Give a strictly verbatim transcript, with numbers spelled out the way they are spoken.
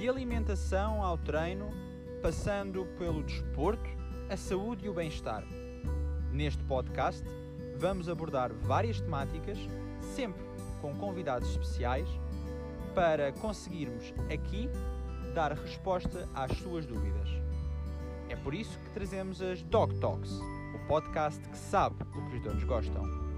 De alimentação ao treino, passando pelo desporto, a saúde e o bem-estar. Neste podcast, vamos abordar várias temáticas, sempre com convidados especiais, para conseguirmos aqui dar resposta às suas dúvidas. É por isso que trazemos as Dog Talks, o podcast que sabe o que os donos gostam.